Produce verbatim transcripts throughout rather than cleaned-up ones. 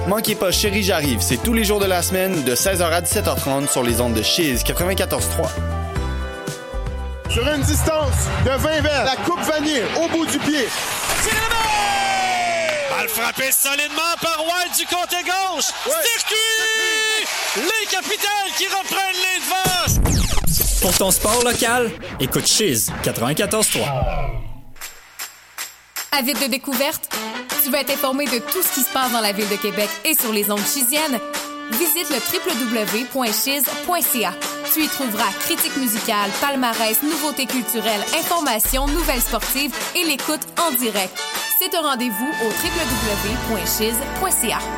Manquez pas Chérie j'arrive, c'est tous les jours de la semaine de seize heures à dix-sept heures trente sur les ondes de Chiz quatre-vingt-quatorze trois. Sur une distance de vingt verres, la coupe vanille au bout du pied. C'est la balle! Balle frappée solidement par White du côté gauche. Ouais. Circuit! Les Capitals qui reprennent les devants. Pour ton sport local, écoute Chiz quatre-vingt-quatorze trois. Avide de découverte? Tu veux être informé de tout ce qui se passe dans la ville de Québec et sur les ondes chiziennes? Visite le w w w point chiz point c a. Tu y trouveras critiques musicales, palmarès, nouveautés culturelles, informations, nouvelles sportives et l'écoute en direct. C'est un rendez-vous au w w w point chiz point c a.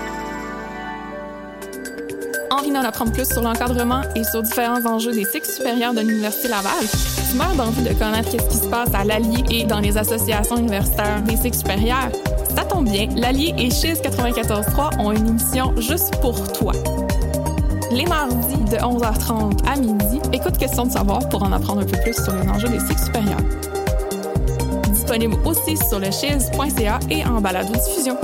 Envie d'en apprendre plus sur l'encadrement et sur différents enjeux des cycles supérieurs de l'Université Laval? Tu meurs d'envie de connaître ce qui se passe à l'Allier et dans les associations universitaires des cycles supérieurs? Ça tombe bien, l'Allier et Chiz quatre-vingt-quatorze trois ont une émission juste pour toi. Les mardis de onze heures trente à midi, écoute Question de savoir pour en apprendre un peu plus sur les enjeux des cycles supérieurs. Disponible aussi sur le chiz point c a et en balado-diffusion.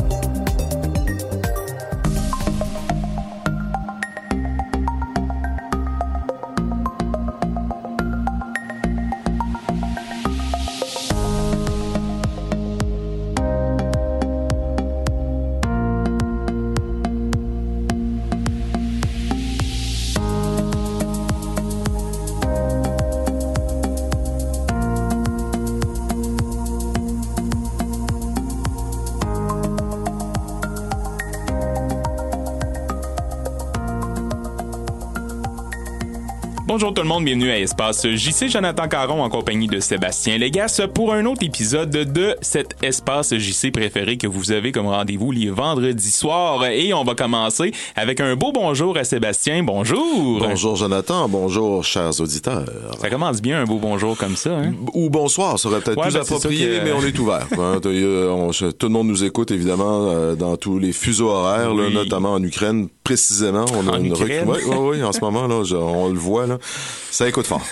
Bonjour tout le monde, bienvenue à Espace J C. Jonathan Caron en compagnie de Sébastien Légas pour un autre épisode de cet Espace J C préféré que vous avez comme rendez-vous les vendredis soirs. Et on va commencer avec un beau bonjour à Sébastien. Bonjour! Bonjour Jonathan, bonjour chers auditeurs. Ça commence bien un beau bonjour comme ça, hein? Ou bonsoir, ça aurait peut-être ouais, plus ben approprié, que... mais on est ouvert. Hein. on, tout le monde nous écoute évidemment euh, dans tous les fuseaux horaires, oui. là, notamment en Ukraine précisément. On a en une Ukraine? Oui, oui, oui, en ce moment, là, je, on le voit, là. Ça écoute fort.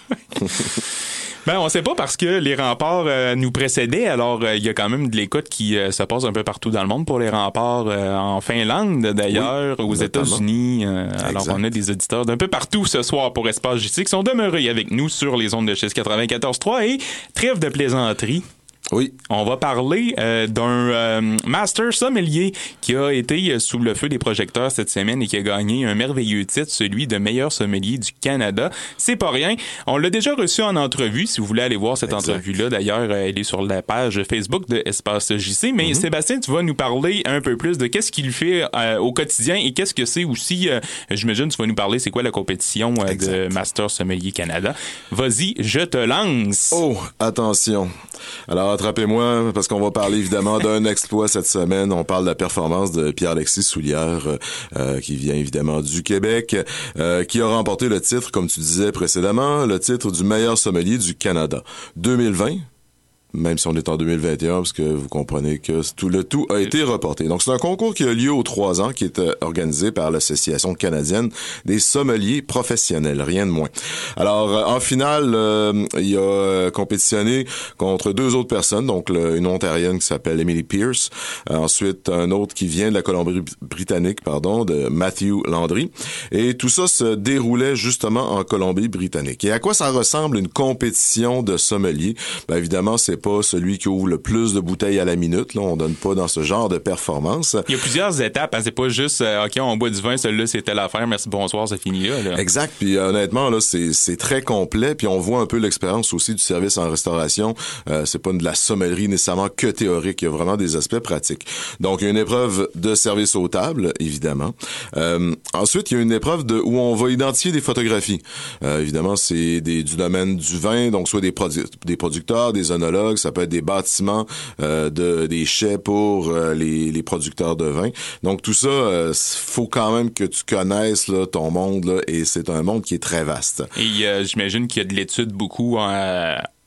Ben, on sait pas parce que les remparts euh, nous précédaient, alors il euh, y a quand même de l'écoute qui euh, se passe un peu partout dans le monde pour les remparts euh, en Finlande d'ailleurs, oui, aux notamment. États-Unis. Euh, alors on a des auditeurs d'un peu partout ce soir pour Espace J C qui sont demeurés avec nous sur les ondes de Chiz quatre-vingt-quatorze trois et trêve de plaisanterie. Oui. On va parler euh, d'un euh, master sommelier qui a été sous le feu des projecteurs cette semaine et qui a gagné un merveilleux titre, celui de meilleur sommelier du Canada. C'est pas rien. On l'a déjà reçu en entrevue. Si vous voulez aller voir cette exact. entrevue-là, d'ailleurs, elle est sur la page Facebook de Espace J C. Mais mm-hmm. Sébastien, tu vas nous parler un peu plus de qu'est-ce qu'il fait euh, au quotidien et qu'est-ce que c'est aussi, euh, j'imagine, tu vas nous parler, c'est quoi la compétition euh, de Master Sommelier Canada. Vas-y, je te lance. Oh, attention. Alors, attrapez-moi, parce qu'on va parler évidemment d'un exploit cette semaine. On parle de la performance de Pierre-Alexis Soulière, euh, qui vient évidemment du Québec, euh, qui a remporté le titre, comme tu disais précédemment, le titre du meilleur sommelier du Canada. deux mille vingt, même si on est en deux mille vingt et un, parce que vous comprenez que tout le tout a été reporté. Donc, c'est un concours qui a lieu aux trois ans, qui est euh, organisé par l'Association canadienne des sommeliers professionnels, rien de moins. Alors, euh, en finale, euh, il a euh, compétitionné contre deux autres personnes, donc le, une Ontarienne qui s'appelle Emily Pierce, euh, ensuite un autre qui vient de la Colombie-Britannique, pardon, de Matthew Landry, et tout ça se déroulait justement en Colombie-Britannique. Et à quoi ça ressemble une compétition de sommeliers? Ben, évidemment, c'est pas celui qui ouvre le plus de bouteilles à la minute. Là, on donne pas dans ce genre de performance. Il y a plusieurs étapes. Hein. C'est pas juste euh, OK, on boit du vin, celui-là, c'est telle affaire, merci, bonsoir, ça finit là. là. Exact. Puis euh, honnêtement, là, c'est, c'est très complet. Puis on voit un peu l'expérience aussi du service en restauration. Euh, c'est pas de la sommellerie nécessairement que théorique. Il y a vraiment des aspects pratiques. Donc, il y a une épreuve de service aux tables, évidemment. Euh, ensuite, il y a une épreuve de où on va identifier des photographies. Euh, évidemment, c'est des, du domaine du vin, donc soit des, produ- des producteurs, des œnologues, ça peut être des bâtiments, euh, de, des chais pour euh, les, les producteurs de vin. Donc tout ça, euh, faut quand même que tu connaisses là, ton monde là, et c'est un monde qui est très vaste. Et euh, j'imagine qu'il y a de l'étude beaucoup en,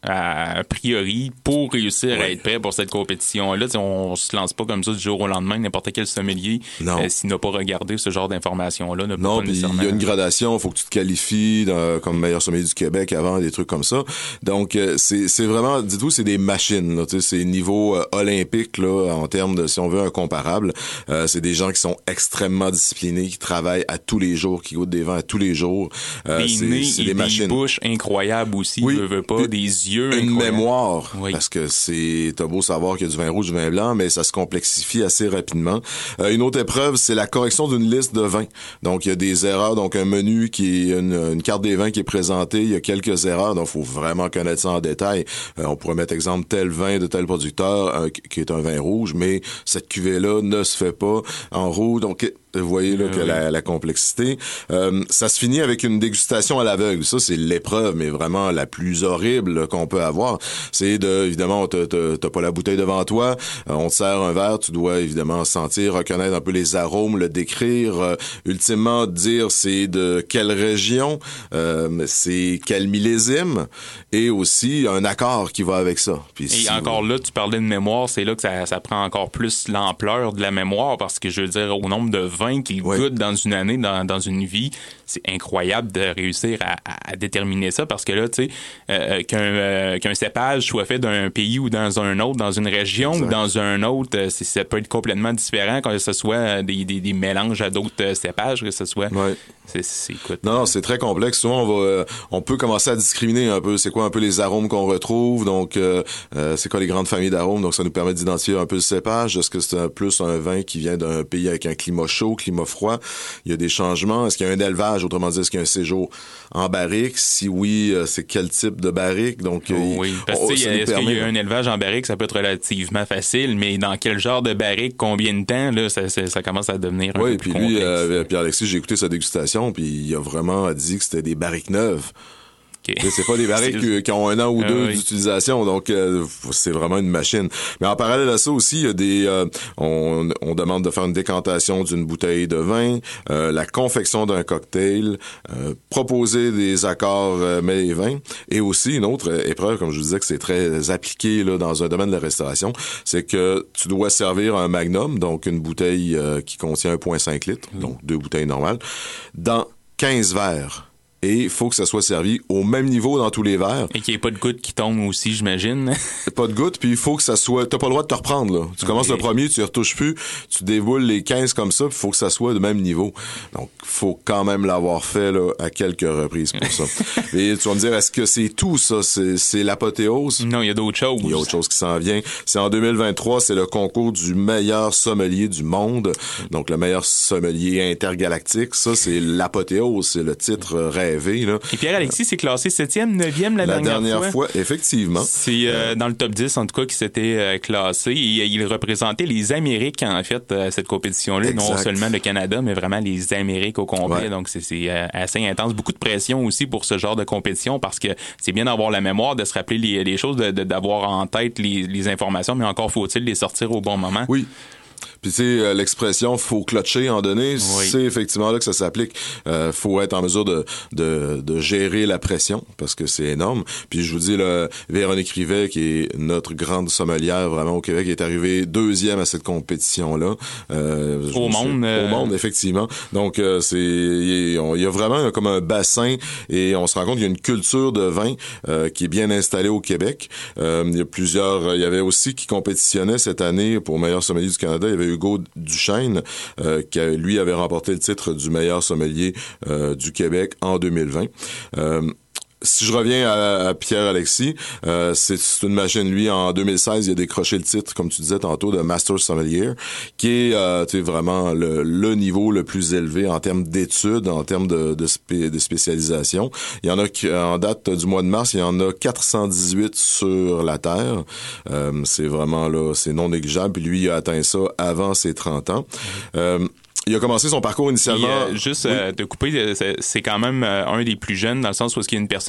à, a priori, pour réussir oui. à être prêt pour cette compétition-là. T'sais, on, on se lance pas comme ça du jour au lendemain. N'importe quel sommelier, euh, s'il n'a pas regardé ce genre d'informations-là, ne peut non, pas nécessairement... Non, il y a une gradation. Il faut que tu te qualifies dans, comme meilleur sommelier du Québec avant, des trucs comme ça. Donc, euh, c'est, c'est vraiment, dites-vous, c'est des machines. Là, c'est niveau euh, olympique là, en termes de, si on veut, un comparable. Euh, c'est des gens qui sont extrêmement disciplinés, qui travaillent à tous les jours, qui goûtent des vins à tous les jours. Euh, des c'est, nez c'est et des, des bouches incroyables aussi. Oui, veut, veut pas, des yeux une incroyables. Mémoire, oui. parce que c'est, t'as beau savoir qu'il y a du vin rouge, du vin blanc, mais ça se complexifie assez rapidement. Euh, une autre épreuve, c'est la correction d'une liste de vins. Donc, il y a des erreurs. Donc, un menu qui est une, une carte des vins qui est présentée, il y a quelques erreurs. Donc, il faut vraiment connaître ça en détail. Euh, on pourrait mettre exemple tel vin de tel producteur euh, qui est un vin rouge, mais cette cuvée-là ne se fait pas en rouge. Donc, vous voyez là que oui. la, la complexité. Euh, ça se finit avec une dégustation à l'aveugle. Ça, c'est l'épreuve, mais vraiment la plus horrible là, qu'on peut avoir. C'est de, évidemment, t'as, t'as, t'as pas la bouteille devant toi, euh, on te sert un verre, tu dois évidemment sentir, reconnaître un peu les arômes, le décrire, euh, ultimement dire c'est de quelle région, euh, c'est quel millésime, et aussi un accord qui va avec ça. Puis et si encore vous... là, tu parlais de mémoire, c'est là que ça, ça prend encore plus l'ampleur de la mémoire, parce que je veux dire, au nombre de vins qu'ils oui. goûtent dans une année, dans, dans une vie, c'est incroyable de réussir à, à déterminer ça, parce que là, tu sais, euh, qu'un, euh, qu'un cépage soit fait d'un pays ou dans un autre, dans une région exact. Ou dans un autre, euh, c'est, ça peut être complètement différent, que ce soit des, des, des mélanges à d'autres euh, cépages, que ce soit... Oui. C'est, c'est, écoute, non, non, c'est très complexe. Souvent, on va, euh, on peut commencer à discriminer un peu. C'est quoi un peu les arômes qu'on retrouve. Donc, euh, euh, c'est quoi les grandes familles d'arômes. Donc, ça nous permet d'identifier un peu le cépage. Est-ce que c'est un, plus un vin qui vient d'un pays avec un climat chaud, climat froid? Il y a des changements. Est-ce qu'il y a un élevage? Autrement dit, est-ce qu'il y a un séjour en barrique? Si oui, euh, c'est quel type de barrique? Donc, oh, il, oui. Parce que, oh, est-ce permet, qu'il y a un élevage en barrique? Ça peut être relativement facile, mais dans quel genre de barrique? Combien de temps? Là, ça, ça, ça commence à devenir un oui, peu plus complexe. Oui, puis lui, euh, euh, Pierre-Alexis, j'ai écouté sa dégustation, puis il a vraiment dit que c'était des barriques neuves. Okay. C'est pas des barriques qui, qui ont un an ou deux ah, oui. d'utilisation, donc euh, c'est vraiment une machine. Mais en parallèle à ça aussi, il y a des, euh, on, on demande de faire une décantation d'une bouteille de vin, euh, la confection d'un cocktail, euh, proposer des accords euh, mets et vins, et aussi une autre épreuve, comme je vous disais, que c'est très appliqué là dans un domaine de la restauration, c'est que tu dois servir un magnum, donc une bouteille euh, qui contient un virgule cinq litres, mmh. donc deux bouteilles normales, dans quinze verres. Et il faut que ça soit servi au même niveau dans tous les verres. Et qu'il n'y ait pas de gouttes qui tombent aussi, j'imagine. Pas de gouttes, puis il faut que ça soit... T'as pas le droit de te reprendre, là. Tu okay. commences le premier, tu y retouches plus, tu déboules les quinze comme ça, puis il faut que ça soit de même niveau. Donc, il faut quand même l'avoir fait là à quelques reprises pour ça. Et tu vas me dire, est-ce que c'est tout ça? C'est, c'est l'apothéose? Non, il y a d'autres choses. Il y a autre chose qui s'en vient. C'est en deux mille vingt-trois, c'est le concours du meilleur sommelier du monde. Donc, le meilleur sommelier intergalactique. Ça, c'est l'apothéose, c'est le titre rêvé. Là. Et Pierre-Alexis s'est classé septième, neuvième la, la dernière, dernière fois. fois. Effectivement. C'est euh, euh, dans le top dix, en tout cas, qui s'était euh, classé. Et, il représentait les Amériques, en fait, à cette compétition-là. Exact. Non seulement le Canada, mais vraiment les Amériques au complet. Ouais. Donc, c'est, c'est euh, assez intense. Beaucoup de pression aussi pour ce genre de compétition, parce que c'est bien d'avoir la mémoire, de se rappeler les, les choses, de, de, d'avoir en tête les, les informations, mais encore faut-il les sortir au bon moment. Oui. Puis tu sais, l'expression « faut clutcher » en donné, oui. c'est effectivement là que ça s'applique. Euh, faut être en mesure de, de, de gérer la pression, parce que c'est énorme. Puis je vous dis, là, Véronique Rivet, qui est notre grande sommelière vraiment au Québec, est arrivée deuxième à cette compétition-là. Euh, au monde. Euh... Au monde, effectivement. Donc, euh, c'est il y a vraiment comme un bassin, et on se rend compte qu'il y a une culture de vin euh, qui est bien installée au Québec. Euh, il y a plusieurs... Il y avait aussi qui compétitionnaient cette année pour meilleur sommelier du Canada. Il y avait Hugo Duchesne, euh, qui a, lui avait remporté le titre du meilleur sommelier euh, du Québec en deux mille vingt. Euh, Si je reviens à, à Pierre-Alexis, euh, c'est, c'est une machine. Lui, en deux mille seize, il a décroché le titre, comme tu disais tantôt, de Master Sommelier, qui est euh, tu sais, vraiment le, le niveau le plus élevé en termes d'études, en termes de, de, spé, de spécialisation. Il y en a qui, en date du mois de mars, il y en a quatre cent dix-huit sur la Terre. Euh, c'est vraiment là, c'est non négligeable. Puis lui, il a atteint ça avant ses trente ans. Euh, Il a commencé son parcours initialement... Puis, euh, juste oui. euh, de couper, c'est, c'est quand même euh, un des plus jeunes, dans le sens où il y a une personne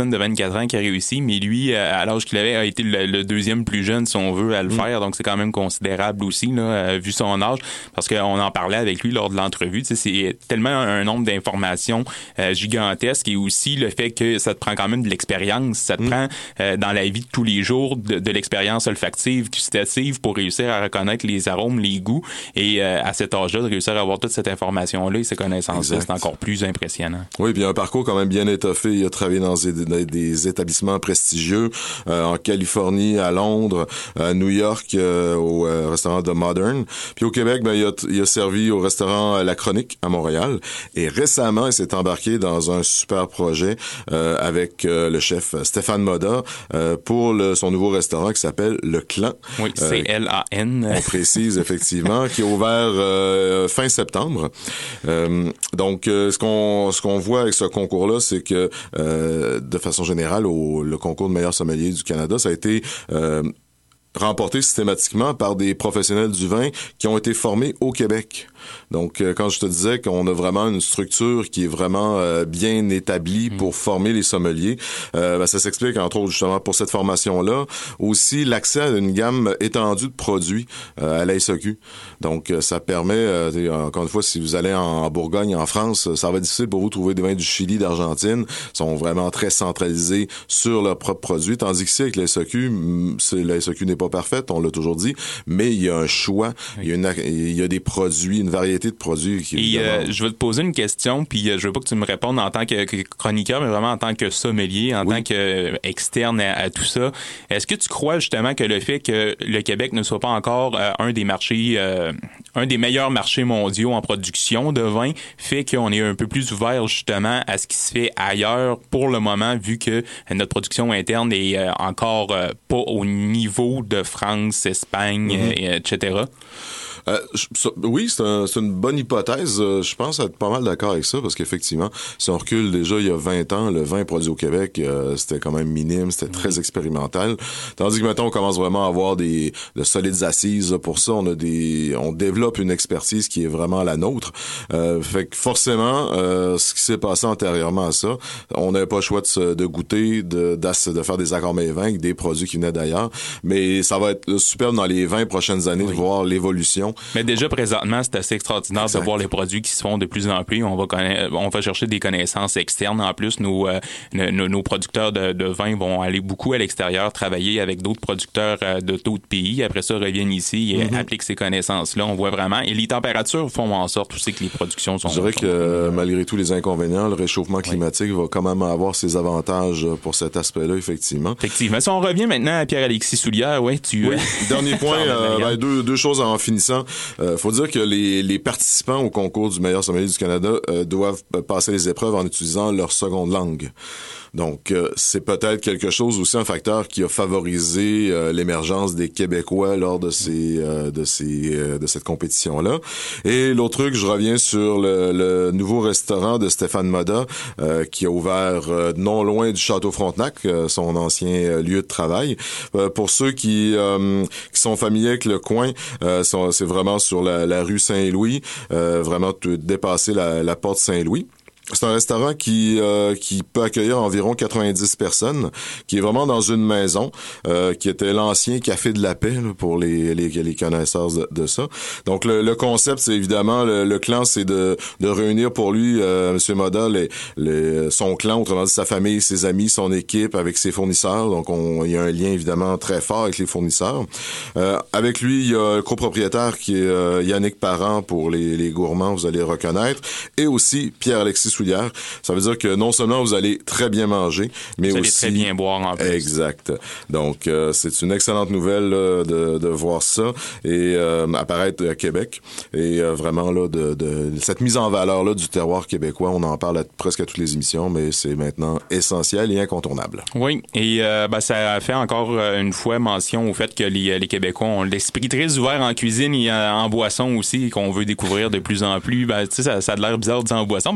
personne de vingt-quatre ans qui a réussi, mais lui, à l'âge qu'il avait, a été le, le deuxième plus jeune, si on veut, à le mmh. faire. Donc, c'est quand même considérable aussi, là, vu son âge, parce qu'on en parlait avec lui lors de l'entrevue. Tu sais, c'est tellement un nombre d'informations euh, gigantesques et aussi le fait que ça te prend quand même de l'expérience. Ça te mmh. prend euh, dans la vie de tous les jours de, de l'expérience olfactive, gustative pour réussir à reconnaître les arômes, les goûts et euh, à cet âge-là, de réussir à avoir toute cette information-là et ces connaissances-là, c'est encore plus impressionnant. Oui, puis un parcours quand même bien étoffé. Il a travaillé dans des, des, des établissements prestigieux euh, en Californie, à Londres, à New York, euh, au euh, restaurant The Modern. Puis au Québec, ben il a, il a servi au restaurant La Chronique à Montréal. Et récemment, il s'est embarqué dans un super projet euh, avec euh, le chef Stéphane Moda euh, pour le, son nouveau restaurant qui s'appelle Le Clan. Oui, C L A N. Euh, on précise effectivement, qui est ouvert euh, fin septembre. Euh, donc, euh, ce qu'on ce qu'on voit avec ce concours-là, c'est que euh, de façon générale, au le concours de meilleur sommelier du Canada, ça a été euh, remporté systématiquement par des professionnels du vin qui ont été formés au Québec. Donc, euh, quand je te disais qu'on a vraiment une structure qui est vraiment euh, bien établie mmh. pour former les sommeliers, euh, ben, ça s'explique entre autres justement pour cette formation-là. Aussi, l'accès à une gamme étendue de produits euh, à la S A Q. Donc, euh, ça permet, euh, encore une fois, si vous allez en Bourgogne, en France, ça va être difficile pour vous de trouver des vins du Chili, d'Argentine. Ils sont vraiment très centralisés sur leurs propres produits. Tandis qu'ici, avec la S A Q, c'est, la S A Q n'est pas parfaite, on l'a toujours dit, mais il y a un choix, oui. il, y a une, il y a des produits, une variété de produits. Qui, Et euh, je vais te poser une question, puis euh, je veux pas que tu me répondes en tant que, que chroniqueur, mais vraiment en tant que sommelier, en oui. tant qu'externe à, à tout ça. Est-ce que tu crois justement que le fait que le Québec ne soit pas encore euh, un des marchés, euh, un des meilleurs marchés mondiaux en production de vin, fait qu'on est un peu plus ouvert justement à ce qui se fait ailleurs pour le moment, vu que notre production interne est euh, encore euh, pas au niveau de France, Espagne, mm-hmm. et, et cetera? Euh, je, oui, c'est, un, c'est une bonne hypothèse. Je pense être pas mal d'accord avec ça parce qu'effectivement, si on recule déjà il y a vingt ans, le vin produit au Québec, euh, c'était quand même minime, c'était très expérimental. Tandis que maintenant, on commence vraiment à avoir des de solides assises pour ça. On a des, on développe une expertise qui est vraiment la nôtre. Euh, fait que forcément, euh, ce qui s'est passé antérieurement à ça, on n'avait pas le choix de, se, de goûter, de, de faire des accords mets-vins avec des produits qui venaient d'ailleurs. Mais ça va être superbe dans les vingt prochaines années oui. de voir l'évolution. Mais déjà, présentement, c'est assez extraordinaire exact. De voir les produits qui se font de plus en plus. On va connaître, on va chercher des connaissances externes. En plus, nos, euh, nos, nos producteurs de, de vin vont aller beaucoup à l'extérieur, travailler avec d'autres producteurs euh, de d'autres pays. Après ça, reviennent ici et mm-hmm. appliquent ces connaissances-là. On voit vraiment. Et les températures font en sorte aussi que les productions sont... Je dirais que euh, malgré tous les inconvénients, le réchauffement climatique oui. va quand même avoir ses avantages pour cet aspect-là, effectivement. Effectivement. Si on revient maintenant à Pierre-Alexis Soulière, ouais, tu... Oui. Dernier point, euh, ben, deux, deux choses en finissant. Euh, faut dire que les, les participants au concours du meilleur sommelier du Canada euh, doivent passer les épreuves en utilisant leur seconde langue. Donc, euh, c'est peut-être quelque chose aussi, un facteur qui a favorisé euh, l'émergence des Québécois lors de ces, euh, de ces, euh, de cette compétition-là. Et l'autre truc, je reviens sur le, le nouveau restaurant de Stéphane Moda, euh, qui a ouvert euh, non loin du Château Frontenac, euh, son ancien euh, lieu de travail. Euh, pour ceux qui, euh, qui sont familiers avec le coin, euh, sont, c'est vraiment sur la, la rue Saint-Louis, euh, vraiment dépasser la, la porte Saint-Louis. C'est un restaurant qui euh, qui peut accueillir environ quatre-vingt-dix personnes, qui est vraiment dans une maison, euh, qui était l'ancien Café de la Paix là, pour les, les les connaisseurs de, de ça. Donc le, le concept, c'est évidemment le, le clan, c'est de de réunir pour lui euh, Monsieur Moda les, les son clan, autrement dit sa famille, ses amis, son équipe, avec ses fournisseurs. Donc on il y a un lien évidemment très fort avec les fournisseurs. Euh, avec lui, il y a le copropriétaire qui est euh, Yannick Parent pour les les gourmands, vous allez le reconnaître, et aussi Pierre-Alexis Soulière. Ça veut dire que non seulement vous allez très bien manger, mais vous aussi... allez très bien boire en plus. Exact. Donc, euh, c'est une excellente nouvelle là, de, de voir ça et euh, apparaître à Québec. Et euh, vraiment, là, de, de cette mise en valeur-là du terroir québécois, on en parle à, presque à toutes les émissions, mais c'est maintenant essentiel et incontournable. Oui, et euh, ben, ça fait encore une fois mention au fait que les, les Québécois ont l'esprit très ouvert en cuisine et en boisson aussi, qu'on veut découvrir de plus en plus. Ben, tu sais, ça, ça a l'air bizarre de dire en boisson, mais c'est parce que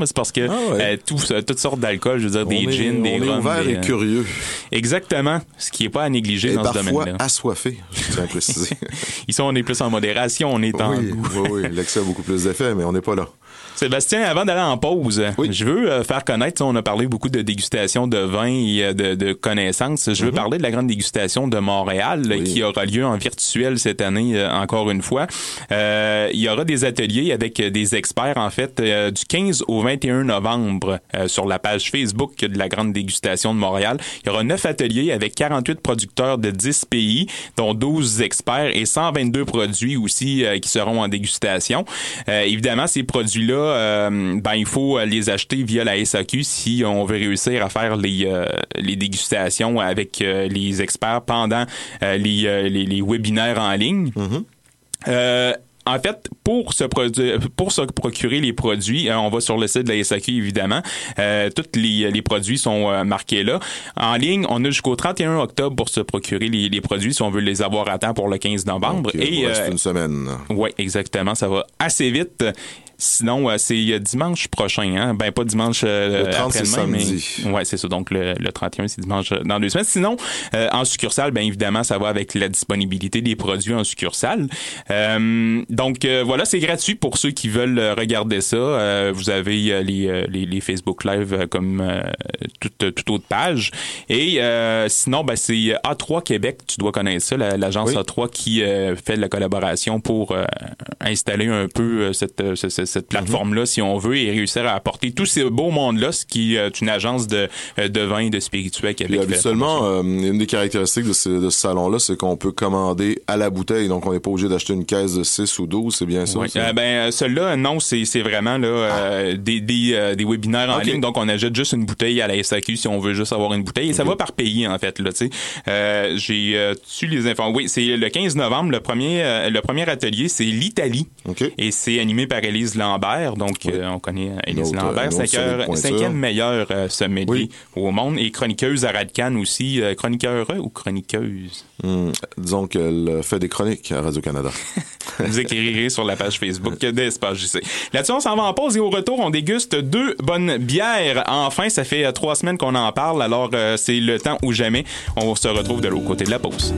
ah ouais. euh, tout, toutes sortes d'alcools, je veux dire, on des est, gins, des rums. On est ouvert des, et curieux. Exactement, ce qui n'est pas à négliger et dans ce domaine-là. Et parfois assoiffé, je tiens à préciser. Ici, on est plus en modération, on est oui, en oui, oui, oui, l'excès a beaucoup plus d'effet, mais on n'est pas là. Sébastien, avant d'aller en pause, oui. je veux euh, faire connaître, on a parlé beaucoup de dégustation de vin et de, de connaissances. Je veux mm-hmm. parler de la grande dégustation de Montréal oui. qui aura lieu en virtuel cette année, euh, encore une fois. Euh, il y aura des ateliers avec des experts, en fait, euh, du quinze au vingt et un novembre euh, sur la page Facebook de la grande dégustation de Montréal. Il y aura neuf ateliers avec quarante-huit producteurs de dix pays, dont douze experts et cent vingt-deux produits aussi euh, qui seront en dégustation. Euh, évidemment, ces produits-là, Euh, ben il faut les acheter via la S A Q si on veut réussir à faire les euh, les dégustations avec euh, les experts pendant euh, les, euh, les les webinaires en ligne. Mm-hmm. Euh, En fait, pour se produire, pour se procurer les produits, euh, on va sur le site de la S A Q, évidemment. Euh, tous les, les produits sont euh, marqués là. En ligne, on a jusqu'au trente et un octobre pour se procurer les, les produits si on veut les avoir à temps pour le quinze novembre. Donc, il et reste euh, une semaine. Oui, exactement. Ça va assez vite. Sinon, euh, c'est dimanche prochain, hein? Ben, pas dimanche euh, le trente, après-demain, c'est mais ouais, c'est ça. Donc, le, le trente et un, c'est dimanche euh, dans deux semaines. Sinon, euh, en succursale, ben évidemment, ça va avec la disponibilité des produits en succursale. Euh, donc, euh, voilà, c'est gratuit pour ceux qui veulent regarder ça. Euh, vous avez euh, les, les, les Facebook Live euh, comme euh, toute, toute autre page. Et euh, sinon, ben, c'est A trois Québec, tu dois connaître ça, la, l'agence oui. A trois qui euh, fait de la collaboration pour euh, installer un peu euh, cette, cette cette plateforme-là, mm-hmm. si on veut, et réussir à apporter tout ce beau monde-là, ce qui est une agence de, de vin et de spiritueux à Québec. Puis habituellement, euh, une des caractéristiques de ce, de ce salon-là, c'est qu'on peut commander à la bouteille, donc on n'est pas obligé d'acheter une caisse de six ou douze, c'est bien ça? Oui. Euh, ben, celui-là, non, c'est, c'est vraiment là, ah. euh, des, des, euh, des webinaires en okay. ligne, donc on achète juste une bouteille à la S A Q si on veut juste avoir une bouteille, et okay. ça va par pays, en fait, là, tu sais. Euh, j'ai euh, su les informations. Oui, c'est le quinze novembre, le premier, euh, le premier atelier, c'est l'Italie, okay. et c'est animé par Élise Lambert, donc oui. euh, on connaît Élise notre, Lambert, cinquième, cinquième meilleure euh, sommelier oui. au monde, et chroniqueuse à Radcan aussi, euh, chroniqueur ou chroniqueuse? Hum, disons qu'elle fait des chroniques à Radio-Canada. Vous écrirez sur la page Facebook d'Espace J C. Là-dessus, on s'en va en pause et au retour, on déguste deux bonnes bières. Enfin, ça fait euh, trois semaines qu'on en parle, alors euh, c'est le temps ou jamais. On se retrouve de l'autre côté de la pause.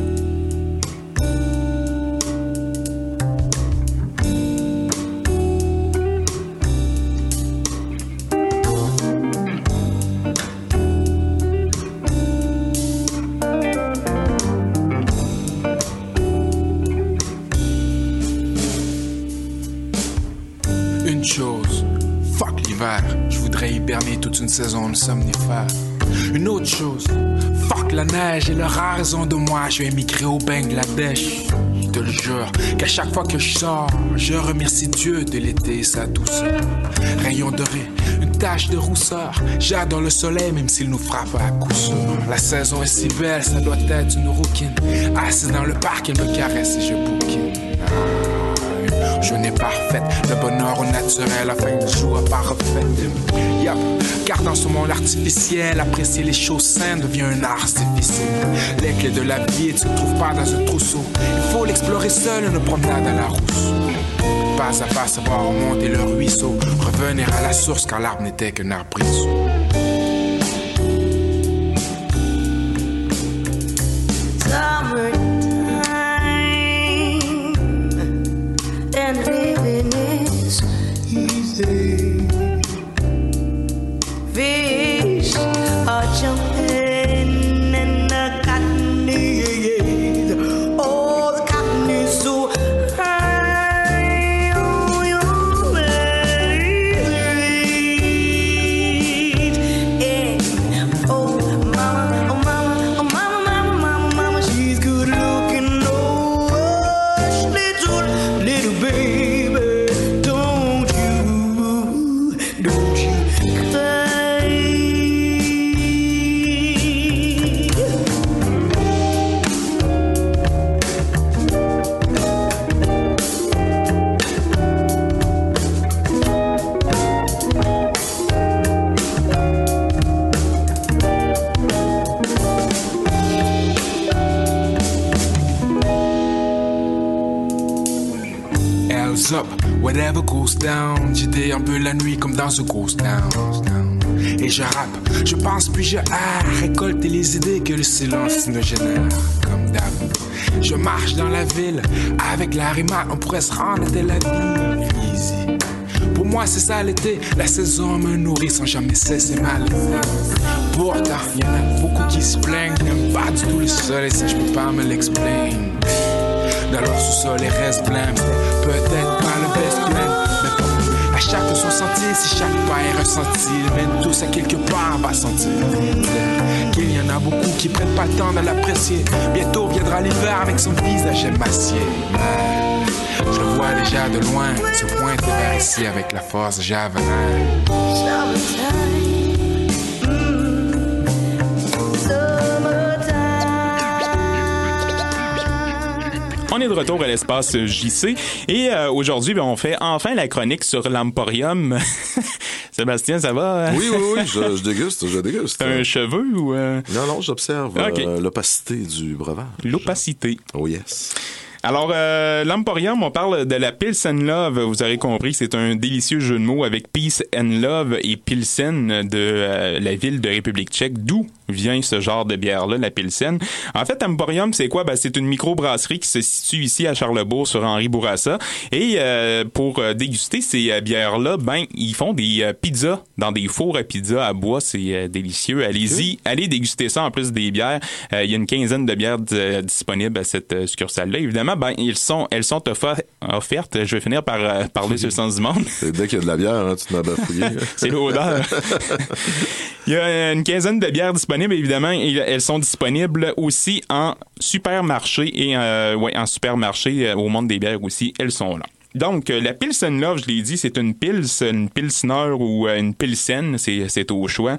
Chose, fuck l'hiver, je voudrais hiberner toute une saison de somnifère. Une autre chose, fuck la neige et leur raison de moi, je vais émigrer au Bangladesh. Je te le jure, qu'à chaque fois que je sors, je remercie Dieu de l'été et sa douceur. Rayon doré, une tache de rousseur, j'adore le soleil même s'il nous frappe à coup sûr. La saison est si belle, ça doit être une rouquine. Assise dans le parc, elle me caresse et je bouquine. Journée parfaite, le bonheur au naturel, la fin du jour parfaite. Yup, gardant sur mon artificiel, apprécier les choses saines devient un art difficile. Les clés de la vie, tu ne trouves pas dans un trousseau. Il faut l'explorer seul, une promenade à la rousse. Pas à pas savoir remonter le ruisseau, revenir à la source quand l'arbre n'était qu'un arbrisseau. And living is easy. Fish are jumping in the cotton is. Oh, the cotton is so high. Oh, you're ready. Whatever goes down, j'ai déambule la nuit comme dans ce ghost town. Et je rappe, je pense puis je erre, récolter les idées que le silence nous génère. Comme d'hab, je marche dans la ville, avec la rima, on pourrait se rendre de la vie. Easy. Pour moi c'est ça l'été, la saison me nourrit sans jamais cesser mal. Pourtant, y'en a beaucoup qui se plaignent, n'aiment pas du tout le soleil, ça je peux pas me l'expliquer. Dans leur sous-sol les restes blêmes, peut-être pas le best plan, mais bon, à chaque son sentier, si chaque pas est ressenti, ils mènent tous à quelque part, va sentir qu'il y en a beaucoup qui prennent pas le temps de l'apprécier. Bientôt viendra l'hiver avec son visage émacié. Je le vois déjà de loin, se pointe vers ici avec la force javanaire. On est de retour à l'espace J C et euh, aujourd'hui, ben, on fait enfin la chronique sur l'Emporium. Sébastien, ça va? Oui, oui, oui, je, je déguste, je déguste. T'as un cheveu ou... Euh... Non, non, j'observe okay. euh, l'opacité du breuvage. L'opacité. Oh yes. Alors, euh, l'Emporium, on parle de la Pilsen Love. Vous aurez compris, c'est un délicieux jeu de mots avec Peace and Love et Pilsen de euh, la ville de République tchèque, d'où vient ce genre de bière-là, la Pilsen. En fait, Emporium, c'est quoi? Ben, c'est une microbrasserie qui se situe ici à Charlebourg sur Henri Bourassa. Et euh, pour euh, déguster ces euh, bières-là, ben, ils font des euh, pizzas dans des fours à pizza à bois. C'est euh, délicieux. Allez-y, okay. Allez déguster ça en plus des bières. Euh, il y a une quinzaine de bières d- disponibles à cette euh, succursale-là. Évidemment, ben, ils sont, elles sont offer- offertes. Je vais finir par euh, parler sur le sens du monde. Dès qu'il y a de la bière, hein, tu te mets à bafouiller. C'est l'odeur. Il y a une quinzaine de bières disponibles. Évidemment, elles sont disponibles aussi en supermarché et euh, ouais, en supermarché euh, au monde des bières aussi. Elles sont là. Donc, euh, la Pilsen Love, je l'ai dit, c'est une pils, une pilsner ou euh, une pilsen, c'est, c'est au choix.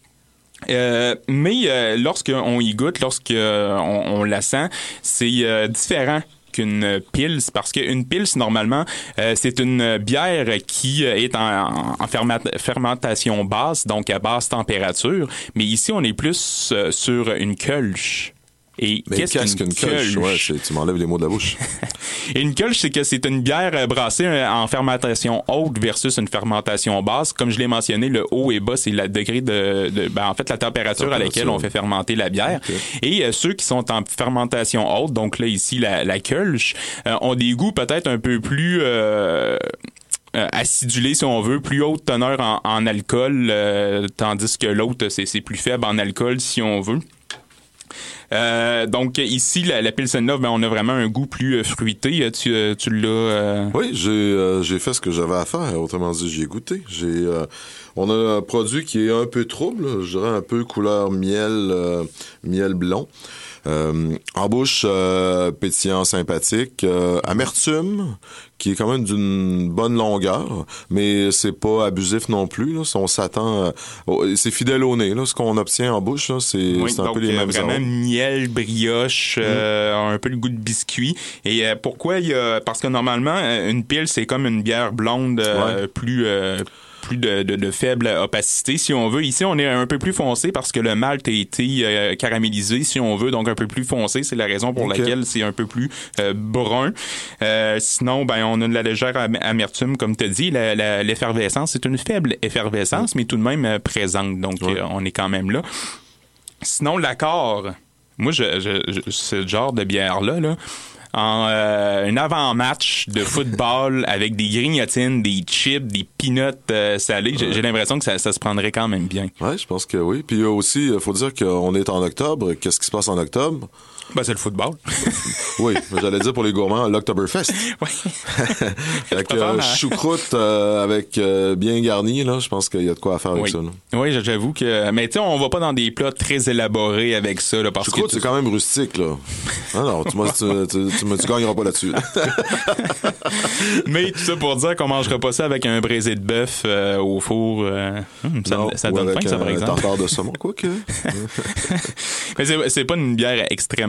Euh, mais euh, lorsqu'on y goûte, lorsqu'on on la sent, c'est euh, différent qu'une pils, parce qu'une pils, normalement, euh, c'est une bière qui est en, en ferma- fermentation basse, donc à basse température, mais ici, on est plus euh, sur une kölsch. Et mais qu'est-ce, qu'est-ce qu'une, qu'une kölsch? Ouais, c'est, tu m'enlèves les mots de la bouche. Et une kölsch, c'est que c'est une bière brassée en fermentation haute versus une fermentation basse. Comme je l'ai mentionné, le haut et bas, c'est le degré de, de ben, en fait, la température à laquelle on fait fermenter la bière. Okay. Et euh, ceux qui sont en fermentation haute, donc là, ici, la, la kölsch, euh, ont des goûts peut-être un peu plus... Euh, Euh, acidulé, si on veut, plus haute teneur en, en alcool, euh, tandis que l'autre, c'est, c'est plus faible en alcool, si on veut. Euh, donc ici, la, la Pilsen Love, ben, on a vraiment un goût plus euh, fruité. Tu, euh, tu l'as... Euh... Oui, j'ai, euh, j'ai fait ce que j'avais à faire. Autrement dit, j'y ai goûté. J'ai, euh, on a un produit qui est un peu trouble, je dirais un peu couleur miel, euh, miel blond. Euh, en bouche, euh, pétillant sympathique, euh, amertume, qui est quand même d'une bonne longueur, mais c'est pas abusif non plus. Là. On s'attend, euh, c'est fidèle au nez. Là. Ce qu'on obtient en bouche, là, c'est, oui, c'est un donc, peu les mêmes vraiment arômes. Miel, brioche, mm. euh, un peu le goût de biscuit. Et euh, pourquoi il y a, parce que normalement, une pile, c'est comme une bière blonde euh, ouais. plus euh, plus de, de, de faible opacité, si on veut. Ici, on est un peu plus foncé parce que le malt a été euh, caramélisé, si on veut, donc un peu plus foncé. C'est la raison pour okay. laquelle c'est un peu plus euh, brun. Euh, sinon, ben, on a de la légère am- amertume, comme tu as dit. La, la, l'effervescence, c'est une faible effervescence, mmh. mais tout de même euh, présente. Donc, ouais. euh, on est quand même là. Sinon, l'accord. Moi, je, je, je, ce genre de bière-là, là, en euh, un avant-match de football avec des grignotines, des chips, des peanuts euh, salés, j'ai, j'ai l'impression que ça, ça se prendrait quand même bien. Oui, je pense que oui. Puis aussi, il faut dire qu'on est en octobre. Qu'est-ce qui se passe en octobre? Ben, c'est le football. Oui, j'allais dire pour les gourmands, l'Oktoberfest. Oui. Fait que euh, choucroute euh, avec euh, bien garni, là, je pense qu'il y a de quoi à faire avec oui. ça. Là. Oui, j'avoue que... Mais tu sais, on va pas dans des plats très élaborés avec ça. Là, parce choucroute, que c'est quand même rustique, là. Non, non, tu, tu, tu, tu, tu gagneras pas là-dessus. Mais tout ça pour dire qu'on mangera pas ça avec un braisé de bœuf euh, au four. Euh, hum, ça, ça donne faim, ça, par exemple. Un tartare de saumon, quoi que. Mais c'est, c'est pas une bière extrêmement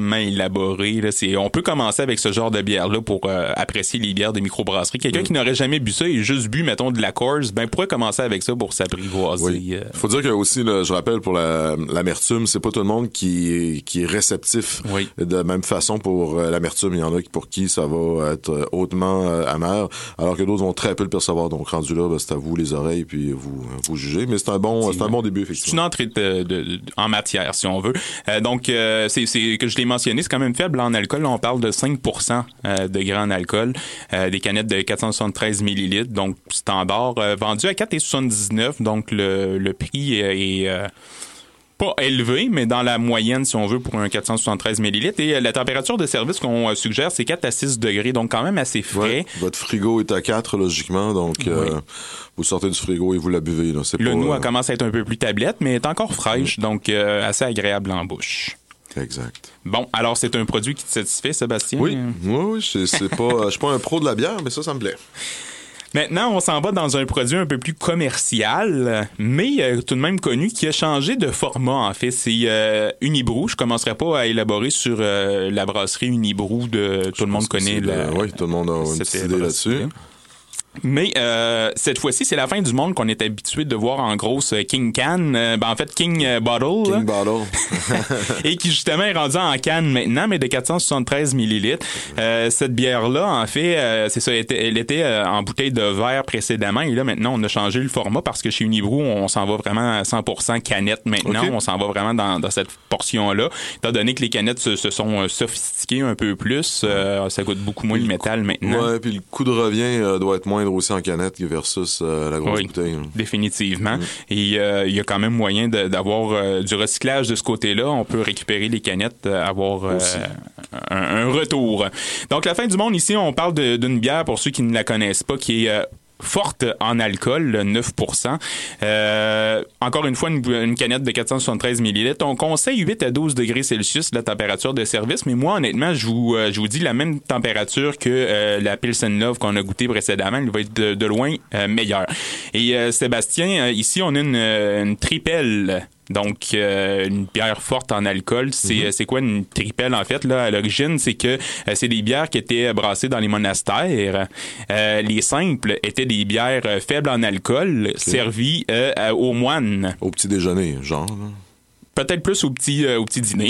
extrêmement élaboré. Là. C'est, on peut commencer avec ce genre de bière-là pour euh, apprécier les bières de microbrasserie. Quelqu'un mm. qui n'aurait jamais bu ça et juste bu, mettons, de la Coors, ben pourrait commencer avec ça pour s'apprivoiser. Oui. Faut dire que aussi, là, je rappelle, pour la, l'amertume, c'est pas tout le monde qui, qui est réceptif oui. de la même façon pour euh, l'amertume. Il y en a pour qui ça va être hautement euh, amer, alors que d'autres vont très peu le percevoir. Donc, rendu là, ben, c'est à vous les oreilles, puis vous, vous jugez. Mais c'est un bon, c'est un bon début, effectivement. C'est une entrée de, de, de, en matière, si on veut. Euh, donc, euh, c'est, c'est que je l'ai mentionné, c'est quand même faible en alcool. Là, on parle de cinq pour cent euh, de gras en alcool. Euh, des canettes de quatre cent soixante-treize millilitres, donc standard, euh, vendu à quatre virgule soixante-dix-neuf. Donc, le, le prix est... est euh, pas élevé, mais dans la moyenne, si on veut, pour un quatre cent soixante-treize millilitres. Et euh, la température de service qu'on euh, suggère, c'est quatre à six degrés, donc quand même assez frais. Ouais, votre frigo est à quatre, logiquement, donc euh, oui. vous sortez du frigo et vous la buvez. Là. C'est le pas, nous, euh... elle commence à être un peu plus tablette, mais est encore fraîche, mmh. donc euh, assez agréable en bouche. Exact. Bon, alors c'est un produit qui te satisfait, Sébastien? Oui, oui, oui, c'est, c'est pas, je suis pas un pro de la bière, mais ça, ça me plaît. Maintenant, on s'en va dans un produit un peu plus commercial, mais euh, tout de même connu, qui a changé de format, en fait. C'est euh, Unibrou. Je commencerai pas à élaborer sur euh, la brasserie Unibrou. De, tout le monde connaît la... Oui, tout le monde a une petite idée là-dessus. Mais euh, cette fois-ci, c'est la fin du monde qu'on est habitué de voir en grosse King Can. Euh, ben, en fait, King euh, Bottle. King Bottle. Et qui, justement, est rendu en canne maintenant, mais de quatre cent soixante-treize millilitres. Euh, cette bière-là, en fait, euh, c'est ça, elle était, elle était euh, en bouteille de verre précédemment. Et là, maintenant, on a changé le format parce que chez Unibrou, on s'en va vraiment à cent pour cent canette maintenant. Okay. On s'en va vraiment dans, dans cette portion-là. Étant donné que les canettes se, se sont euh, sophistiquées un peu plus, euh, ça coûte beaucoup moins le métal maintenant. Ouais, puis le coût de revient euh, doit être moins aussi en canette versus euh, la grosse oui, bouteille. Définitivement. Mm. Et il euh, y a quand même moyen de, d'avoir euh, du recyclage de ce côté-là. On peut récupérer les canettes, euh, avoir euh, un, un retour. Donc, la fin du monde, ici, on parle de, d'une bière, pour ceux qui ne la connaissent pas, qui est... Euh, forte en alcool, neuf pour cent. Euh, encore une fois, une, une canette de quatre cent soixante-treize millilitres. On conseille huit à douze degrés Celsius la température de service, mais moi, honnêtement, je vous, euh, je vous dis la même température que euh, la Pilsen Love qu'on a goûté précédemment. Elle va être de, de loin euh, meilleure. Et euh, Sébastien, euh, ici, on a une, une tripelle. Donc, euh, une bière forte en alcool, c'est, mm-hmm. c'est quoi une tripelle, en fait, là, à l'origine? C'est que euh, c'est des bières qui étaient brassées dans les monastères. Euh, les simples étaient des bières euh, faibles en alcool, okay. servies euh, aux moines. Au petit déjeuner, genre, là. Peut-être plus au petit, euh, au petit dîner.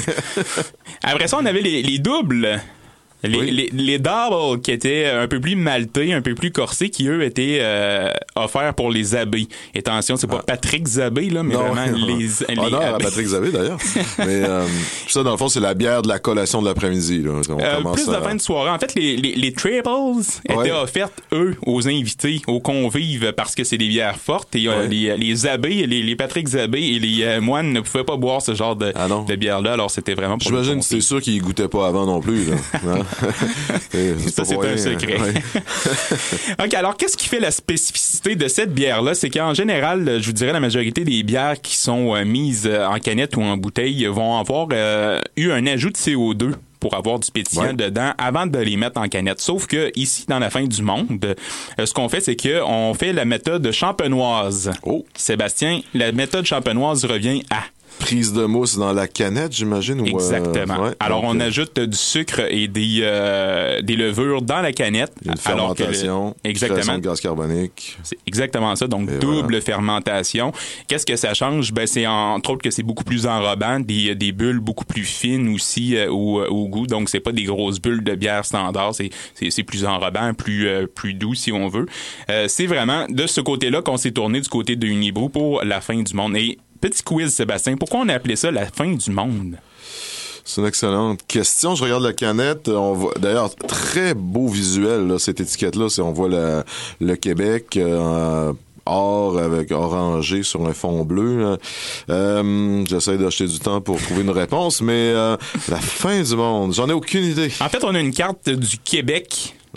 Après ça, on avait les, les doubles. Les, oui. les, les doubles qui étaient un peu plus maltais, un peu plus corsés, qui eux étaient euh, offerts pour les abbés. Et attention, c'est pas ah. Patrick Zabé, là, mais non, vraiment les, les ah non, abbés. Patrick Zabé, d'ailleurs. mais euh, ça, dans le fond, c'est la bière de la collation de l'après-midi. Là. On euh, commence plus à... de la fin de soirée. En fait, les, les, les triples étaient ouais. offertes, eux, aux invités, aux convives, parce que c'est des bières fortes. Et euh, ouais. les, les abbés, les, les Patrick Zabé et les euh, moines ne pouvaient pas boire ce genre de, ah de bière-là. Alors, c'était vraiment pour J'imagine que c'est sûr qu'ils goûtaient pas avant non plus. Là. c'est ça, c'est un secret. Ouais. OK, alors, qu'est-ce qui fait la spécificité de cette bière-là? C'est qu'en général, je vous dirais, la majorité des bières qui sont euh, mises en canette ou en bouteille vont avoir euh, eu un ajout de C O deux pour avoir du pétillant ouais. dedans avant de les mettre en canette. Sauf que ici, dans la fin du monde, euh, ce qu'on fait, c'est qu'on fait la méthode champenoise. Oh. Sébastien, la méthode champenoise revient à... Prise de mousse dans la canette, j'imagine. Ou Exactement. Euh, ouais, alors, donc, on euh... ajoute du sucre et des, euh, des levures dans la canette. Une fermentation, alors que le... exactement. Création de gaz carbonique. C'est exactement ça. Donc, et double voilà. fermentation. Qu'est-ce que ça change? Ben, c'est entre autres que c'est beaucoup plus enrobant, des, des bulles beaucoup plus fines aussi euh, au, au goût. Donc, c'est pas des grosses bulles de bière standard. C'est, c'est, c'est plus enrobant, plus, euh, plus doux, si on veut. Euh, c'est vraiment de ce côté-là qu'on s'est tourné du côté de Unibrou pour la fin du monde. Et petit quiz, Sébastien. Pourquoi on a appelé ça la fin du monde? C'est une excellente question. Je regarde la canette. On voit, d'ailleurs, très beau visuel, là, cette étiquette-là. C'est, on voit la, le Québec euh, or avec orangé sur un fond bleu. Euh, j'essaie d'acheter du temps pour trouver une réponse, mais euh, la fin du monde, j'en ai aucune idée. En fait, on a une carte du Québec. Oui.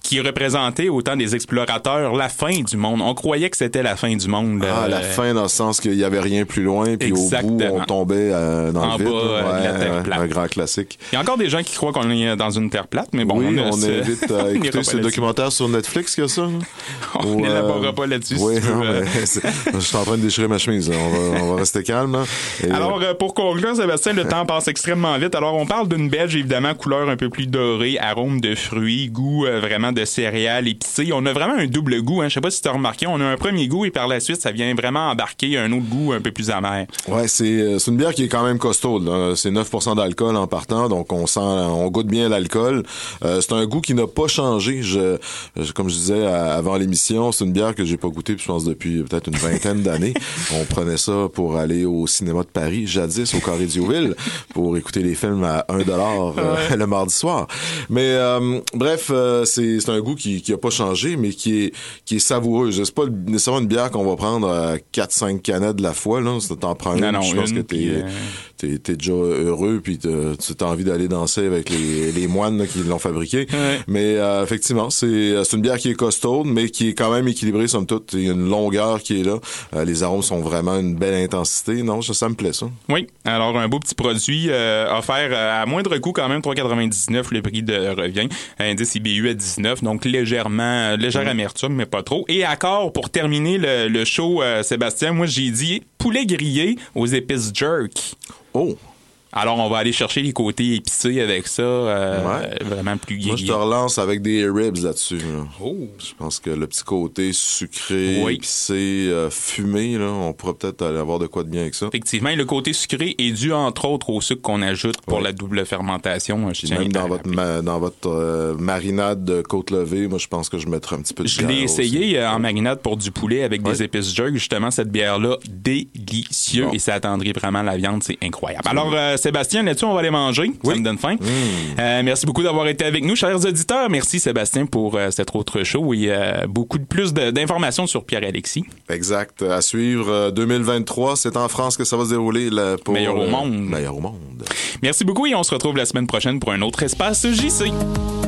qui représentait autant des explorateurs la fin du monde. On croyait que c'était la fin du monde. Ah, euh, la fin dans le sens qu'il y avait rien plus loin, puis Exactement. au bout, on tombait euh, dans en le vide. bas euh, de la terre ouais, plate. un grand classique. Il y a encore des gens qui croient qu'on est dans une terre plate, mais bon, oui, on, on se... invite à on ira écouter pas ce là-dessus. documentaire sur Netflix qu'il y a ça. Là. On Ou, n'élaborera euh, pas là-dessus. Oui, si tu non, veux. mais c'est- je suis en train de déchirer ma chemise. Là. On, va, on va rester calme. Là. Et, Alors, euh, pour conclure, Sébastien, le temps passe extrêmement vite. Alors, on parle d'une belge, évidemment, couleur un peu plus dorée, arôme de fruits, goût euh, vraiment de céréales épicées. On a vraiment un double goût. Hein. Je sais pas si tu as remarqué, on a un premier goût et par la suite, ça vient vraiment embarquer un autre goût un peu plus amer. Ouais, c'est, c'est une bière qui est quand même costaude. Là. C'est neuf pour cent d'alcool en partant, donc on sent, on goûte bien l'alcool. Euh, c'est un goût qui n'a pas changé. Je, je comme je disais à, avant l'émission, c'est une bière que j'ai pas goûtée, je pense depuis peut-être une vingtaine d'années. On prenait ça pour aller au cinéma de Paris, jadis au Carré Diouville, pour écouter les films à un dollar euh, le mardi soir. Mais euh, bref, euh, c'est, c'est un goût qui, qui a pas changé, mais qui est, qui est savoureux. C'est pas nécessairement une bière qu'on va prendre à quatre cinq canettes de la fois. Là, si t'en prends une, Non, non, je pense une, que t'es, puis, euh... t'es, t'es déjà heureux, puis tu as envie d'aller danser avec les, les moines là, qui l'ont fabriqué. Ouais. Mais euh, effectivement, c'est, c'est une bière qui est costaude, mais qui est quand même équilibrée, somme toute. Il y a une longueur qui est là. Euh, les arômes sont vraiment une belle intensité. Non, ça, ça me plaît, ça. Oui, alors un beau petit produit euh, offert euh, à moindre coût quand même, trois quatre-vingt-dix-neuf le prix de revient. Indice I B U à dix-neuf, donc légèrement, légère amertume, mais pas trop. Et accord, pour terminer le, le show, euh, Sébastien, moi j'ai dit poulet grillé aux épices jerk. Oh! Alors, on va aller chercher les côtés épicés avec ça, euh, Ouais. vraiment plus grillé. Moi, je te relance avec des ribs là-dessus. Là. Oh! Je pense que le petit côté sucré, Oui. épicé, euh, fumé, là, on pourrait peut-être aller avoir de quoi de bien avec ça. Effectivement, et le côté sucré est dû, entre autres, au sucre qu'on ajoute pour Ouais. la double fermentation. Je Puis tiens même à dans votre, rappeler. ma- dans votre euh, marinade de côte levée, moi, je pense que je mettrais un petit peu de Je bière l'ai essayé aussi. euh, en marinade pour du poulet avec Ouais. des épices jerk. Justement, cette bière-là, délicieux. Bon. Et ça attendrit vraiment la viande. C'est incroyable. Alors, euh, Sébastien, là-dessus, on va aller manger. Oui. Ça me donne faim. Mmh. Euh, merci beaucoup d'avoir été avec nous, chers auditeurs. Merci, Sébastien, pour euh, cet autre show et euh, beaucoup de plus de, d'informations sur Pierre-Alexis. Exact. À suivre, euh, deux mille vingt-trois, c'est en France que ça va se dérouler. Là, pour, Meilleur au euh, monde. Meilleur au monde. Merci beaucoup et on se retrouve la semaine prochaine pour un autre espace J C.